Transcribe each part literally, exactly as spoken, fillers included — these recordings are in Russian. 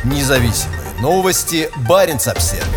Независимые новости. Баренц-Обсервер.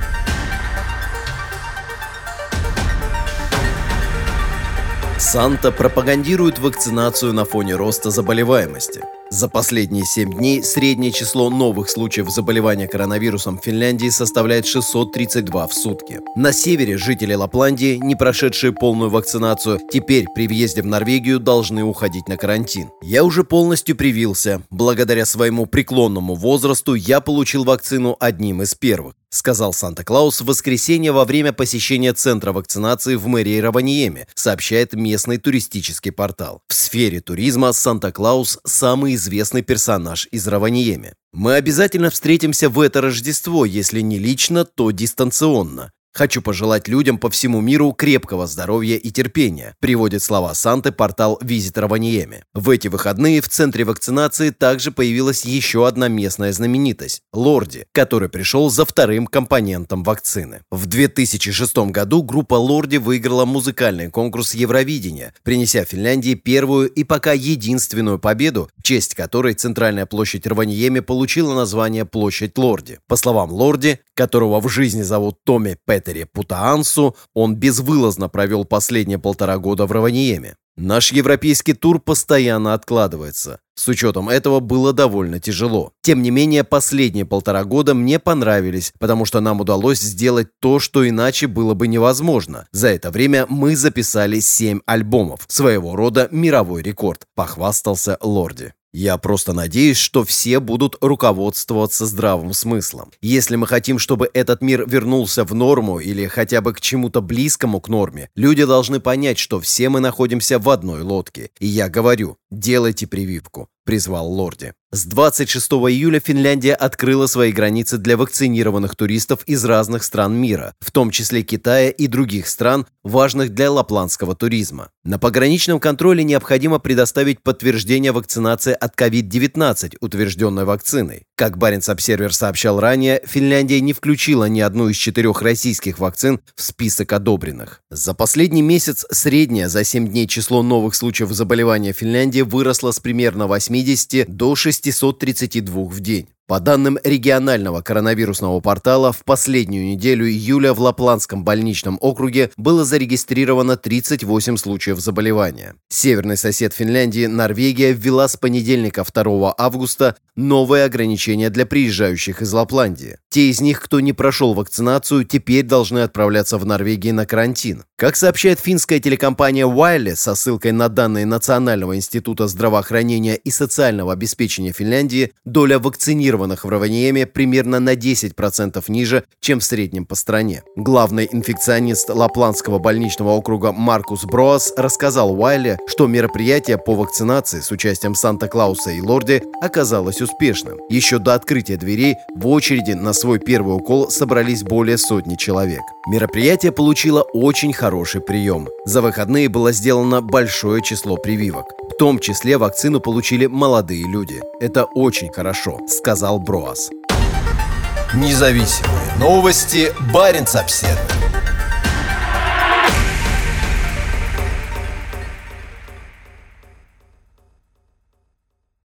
Санта пропагандирует вакцинацию на фоне роста заболеваемости. За последние семь дней среднее число новых случаев заболевания коронавирусом в Финляндии составляет шестьсот тридцать два в сутки. На севере жители Лапландии, не прошедшие полную вакцинацию, теперь при въезде в Норвегию должны уходить на карантин. «Я уже полностью привился. Благодаря своему преклонному возрасту я получил вакцину одним из первых», сказал Санта-Клаус в воскресенье во время посещения центра вакцинации в мэрии Раваньеме, сообщает местный туристический портал. В сфере туризма Санта-Клаус – самый известный персонаж из Раваньеме. «Мы обязательно встретимся в это Рождество, если не лично, то дистанционно. Хочу пожелать людям по всему миру крепкого здоровья и терпения», приводит слова Санты портал Visit Ravaniemi. В эти выходные в центре вакцинации также появилась еще одна местная знаменитость – Лорди, который пришел за вторым компонентом вакцины. В две тысячи шестом году группа Лорди выиграла музыкальный конкурс Евровидения, принеся Финляндии первую и пока единственную победу, в честь которой центральная площадь Раваньеме получила название Площадь Лорди. По словам Лорди, которого в жизни зовут Томми Петери Путаансу, он безвылазно провел последние полтора года в Раваньеме. «Наш европейский тур постоянно откладывается. С учетом этого было довольно тяжело. Тем не менее, последние полтора года мне понравились, потому что нам удалось сделать то, что иначе было бы невозможно. За это время мы записали семь альбомов. Своего рода мировой рекорд», — похвастался Лорди. «Я просто надеюсь, что все будут руководствоваться здравым смыслом. Если мы хотим, чтобы этот мир вернулся в норму или хотя бы к чему-то близкому к норме, люди должны понять, что все мы находимся в одной лодке. И я говорю, делайте прививку», — призвал Лорди. С двадцать шестого июля Финляндия открыла свои границы для вакцинированных туристов из разных стран мира, в том числе Китая и других стран, важных для лапландского туризма. На пограничном контроле необходимо предоставить подтверждение вакцинации от ковид девятнадцать, утвержденной вакциной. Как Баренц-Обсервер сообщал ранее, Финляндия не включила ни одну из четырех российских вакцин в список одобренных. За последний месяц среднее за семь дней число новых случаев заболевания в Финляндии выросло с примерно восьмидесяти до шестисот тридцати двух в день. По данным регионального коронавирусного портала, в последнюю неделю июля в Лапландском больничном округе было зарегистрировано тридцать восемь случаев заболевания. Северный сосед Финляндии, Норвегия, ввела с понедельника второго августа новые ограничения для приезжающих из Лапландии. Те из них, кто не прошел вакцинацию, теперь должны отправляться в Норвегию на карантин. Как сообщает финская телекомпания Вайле со ссылкой на данные Национального института здравоохранения и социального обеспечения Финляндии, доля вакцинированных в Раваньеме примерно на десять процентов ниже, чем в среднем по стране. Главный инфекционист Лапландского больничного округа Маркус Броас рассказал Вайле, что мероприятие по вакцинации с участием Санта-Клауса и Лорди оказалось успешным. Еще до открытия дверей в очереди на свой первый укол собрались более сотни человек. Мероприятие получило очень хороший прием. За выходные было сделано большое число прививок. В том числе вакцину получили молодые люди. Это очень хорошо, сказал Броас. Независимые новости. Баренц-Обсервер.